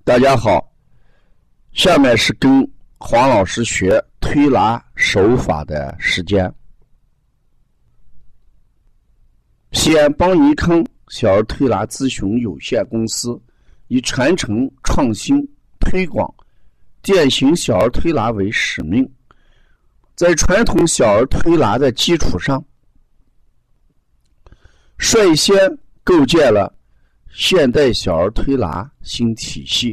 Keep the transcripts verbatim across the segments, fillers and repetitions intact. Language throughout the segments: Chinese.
大家好，下面是跟黄老师学推拿手法的时间。西安邦尼康小儿推拿咨询有限公司以传承创新推广践行小儿推拿为使命，在传统小儿推拿的基础上，率先构建了现代小儿推拿新体系，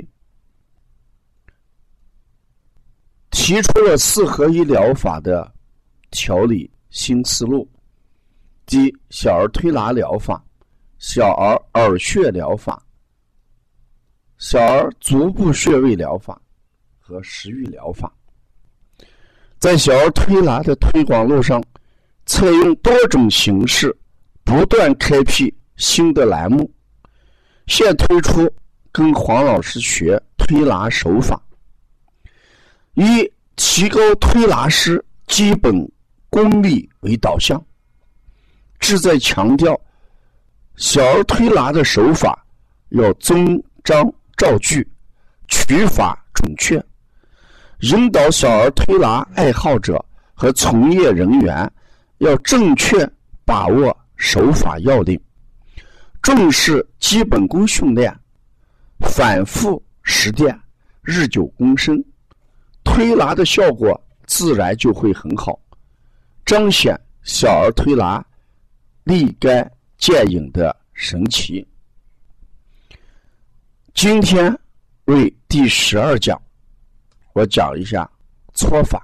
提出了四合一疗法的调理新思路，即小儿推拿疗法、小儿耳穴疗法、小儿足部穴位疗法和食欲疗法。在小儿推拿的推广路上，采用多种形式，不断开辟新的栏目。现推出跟黄老师学推拿手法，以提高推拿师基本功力为导向，旨在强调小儿推拿的手法要遵章照据，取法准确，引导小儿推拿爱好者和从业人员要正确把握手法要领，重视基本功训练，反复实践，日久功深，推拿的效果自然就会很好，彰显小儿推拿立竿见影的神奇。今天为第十二讲，我讲一下搓法。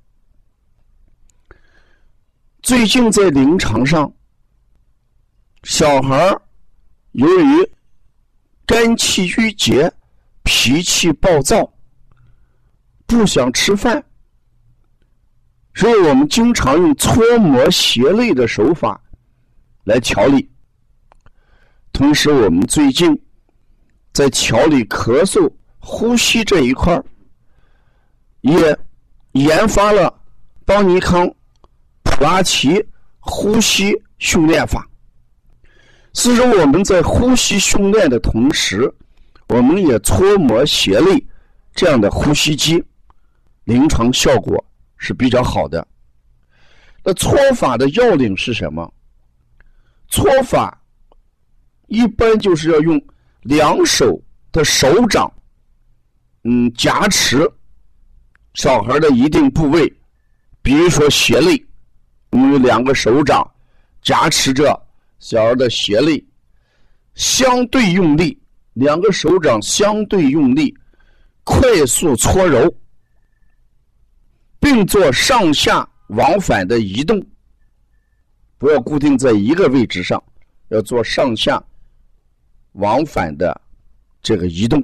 最近在临床上，小孩由于肝气郁结，脾气暴躁，不想吃饭，所以我们经常用搓摩胁肋的手法来调理。同时我们最近在调理咳嗽、呼吸这一块也研发了邦尼康普拉提呼吸训练法。所以说我们在呼吸训练的同时，我们也搓摩胁肋这样的呼吸机，临床效果是比较好的。那搓法的要领是什么？搓法一般就是要用两手的手掌嗯，夹持小孩的一定部位，比如说胁肋，我们有两个手掌夹持着小儿的胁肋，相对用力，两个手掌相对用力，快速搓揉，并做上下往返的移动，不要固定在一个位置上，要做上下往返的这个移动。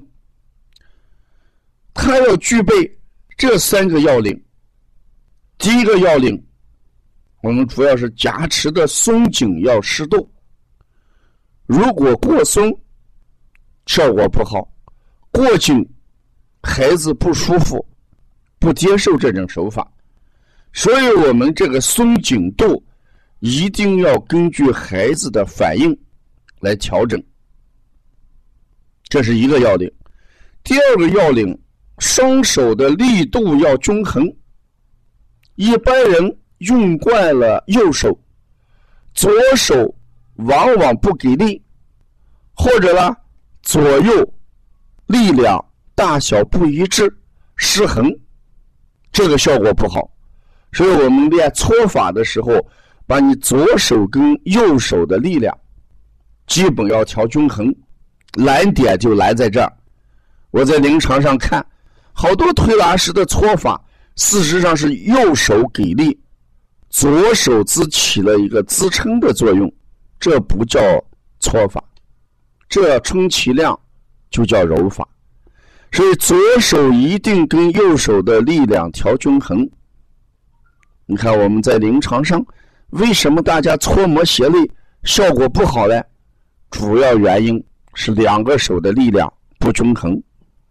它要具备这三个要领。第一个要领，我们主要是夹持的松紧要适度，如果过松效果不好，过紧孩子不舒服，不接受这种手法，所以我们这个松紧度一定要根据孩子的反应来调整，这是一个要领。第二个要领，双手的力度要均衡。一般人用惯了右手，左手往往不给力，或者呢左右力量大小不一致，失衡，这个效果不好。所以我们练搓法的时候，把你左手跟右手的力量基本要调均衡，难点就难在这儿。我在临床上看好多推拿师的搓法，事实上是右手给力，左手只起了一个支撑的作用，这不叫搓法，这充其量就叫揉法。所以左手一定跟右手的力量调均衡。你看我们在临床上为什么大家搓摩胁肋效果不好呢？主要原因是两个手的力量不均衡。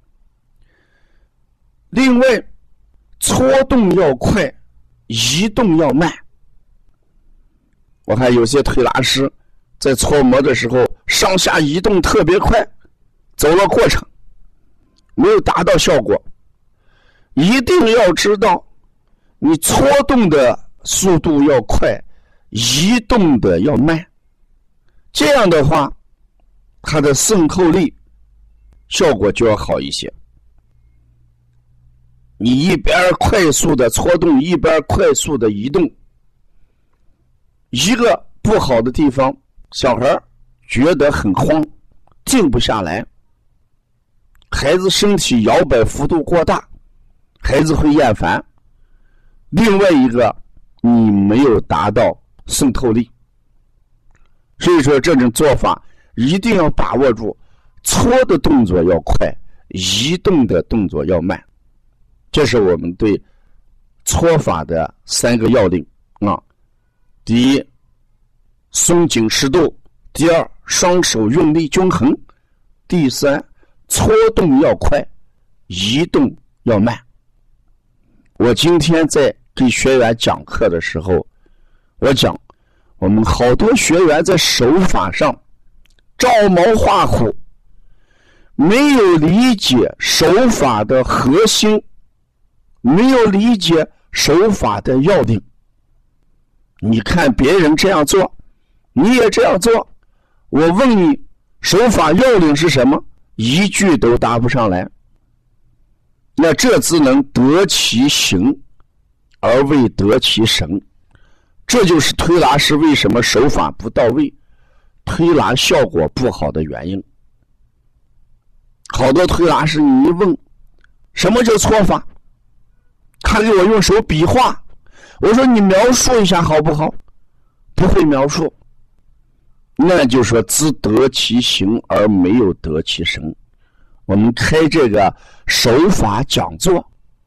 另外，搓动要快，移动要慢。我看有些推拿师在搓摩的时候上下移动特别快，走了过程， 没有达到效果，一定要知道你搓动的速度要快，移动的要慢，这样的话它的渗透力效果就要好一些。你一边快速的搓动，一边快速的移动，一个不好的地方，小孩觉得很慌，静不下来，孩子身体摇摆幅度过大，孩子会厌烦。另外一个，你没有达到渗透力。所以说这种做法一定要把握住，搓的动作要快，移动的动作要慢。这是我们对搓法的三个要领啊。第一，松紧适度；第二，双手用力均衡；第三，搓动要快，移动要慢。我今天在给学员讲课的时候，我讲我们好多学员在手法上照猫画虎，没有理解手法的核心，没有理解手法的要领。你看别人这样做，你也这样做，我问你手法要领是什么？一句都答不上来。那这只能得其形而未得其神，这就是推拿师为什么手法不到位，推拿效果不好的原因。好多推拿师你一问什么叫搓法，他给我用手比划，我说你描述一下好不好？不会描述，那就说只得其形而没有得其神。我们开这个手法讲座，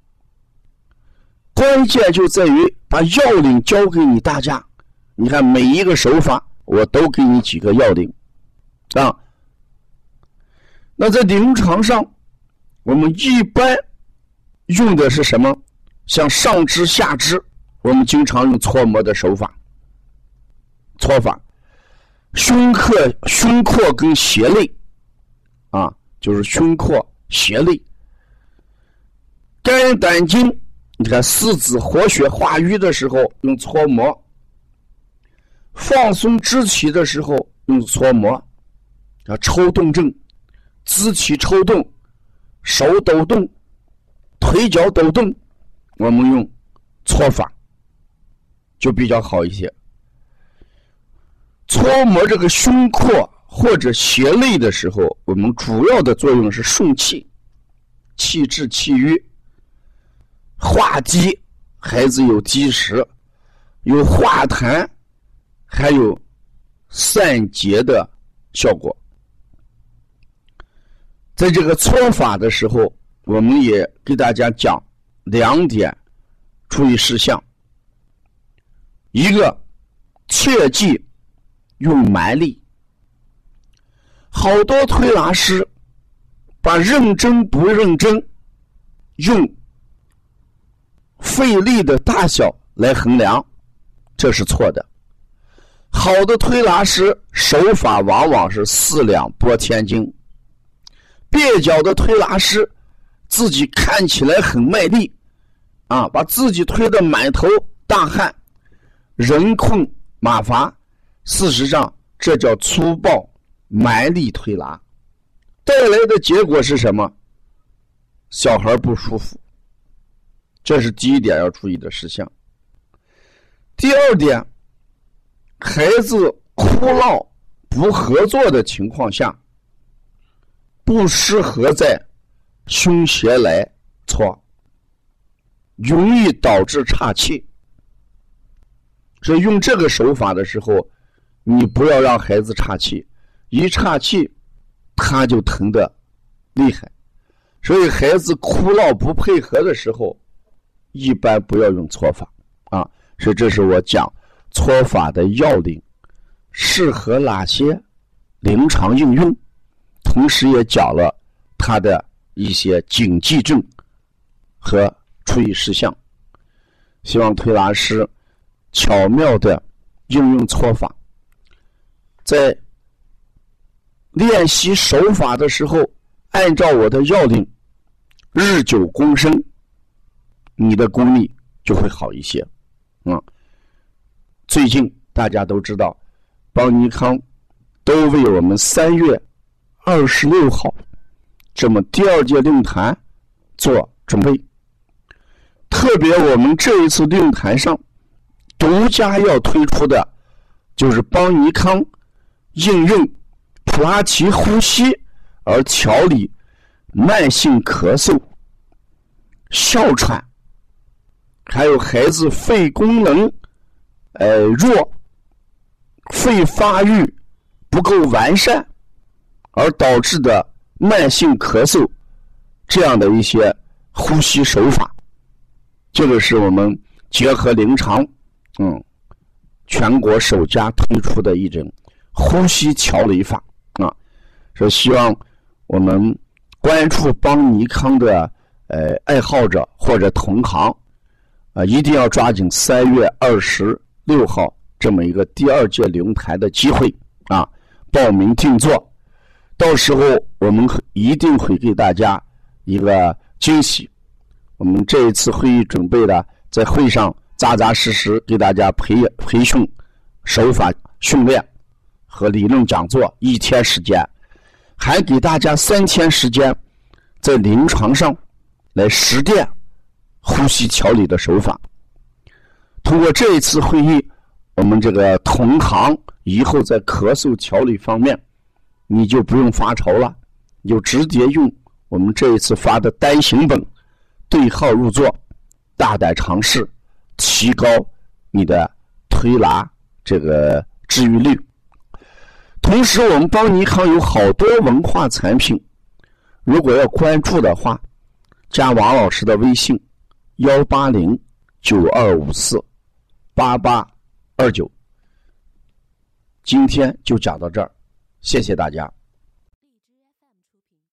关键就在于把要领教给你大家。你看每一个手法我都给你几个要领啊。那在临床上我们一般用的是什么？像上肢下肢，我们经常用搓摩的手法。搓法胸廓胸廓跟胁肋啊，就是胸廓胁肋。肝胆经，你看四肢活血化瘀的时候用搓摩，放松肢体的时候用搓摩啊，抽动症，肢体抽动，手抖动，腿脚抖动，我们用搓法就比较好一些。搓摩这个胸廓或者胁肋的时候，我们主要的作用是顺气，气滞气瘀，化积，孩子有积食，有化痰，还有散结的效果。在这个搓法的时候，我们也给大家讲两点注意事项。一个，切记用蛮力。好多推拿师把认真不认真用费力的大小来衡量，这是错的。好的推拿师手法往往是四两拨千斤，蹩脚的推拿师自己看起来很卖力啊，把自己推得满头大汗，人困马乏，事实上这叫粗暴蛮力推拿，带来的结果是什么？小孩不舒服，这是第一点要注意的事项。第二点，孩子哭闹不合作的情况下，不适合在胸胁来搓，容易导致岔气。所以用这个手法的时候，你不要让孩子岔气，一岔气他就疼得厉害。所以孩子哭闹不配合的时候，一般不要用搓法啊。所以这是我讲搓法的要领，适合哪些临床应用，同时也讲了它的一些谨记症和注意事项。希望推拿师巧妙的应用搓法，在练习手法的时候，按照我的要领日久功深，你的功力就会好一些。嗯，最近大家都知道，邦尼康都为我们三月二十六号这么第二届论坛做准备。特别我们这一次论坛上独家要推出的就是邦尼康应用普拉提呼吸而调理慢性咳嗽、哮喘，还有孩子肺功能呃弱、肺发育不够完善而导致的慢性咳嗽这样的一些呼吸手法。这个是我们结合临床嗯全国首家推出的一种呼吸调理法啊，所以希望我们关注邦尼康的呃爱好者或者同行啊，一定要抓紧三月二十六号这么一个第二届论坛的机会啊，报名定做，到时候我们一定会给大家一个惊喜。我们这一次会议准备的，在会上扎扎实实给大家培培训手法训练和理论讲座一天时间，还给大家三天时间在临床上来实践呼吸调理的手法。通过这一次会议，我们这个同行以后在咳嗽调理方面你就不用发愁了，你就直接用我们这一次发的单行本对号入座，大胆尝试，提高你的推拿这个治愈率。同时我们邦尼康有好多文化产品，如果要关注的话，加王老师的微信幺八零九二五四八八二九。今天就讲到这儿，谢谢大家。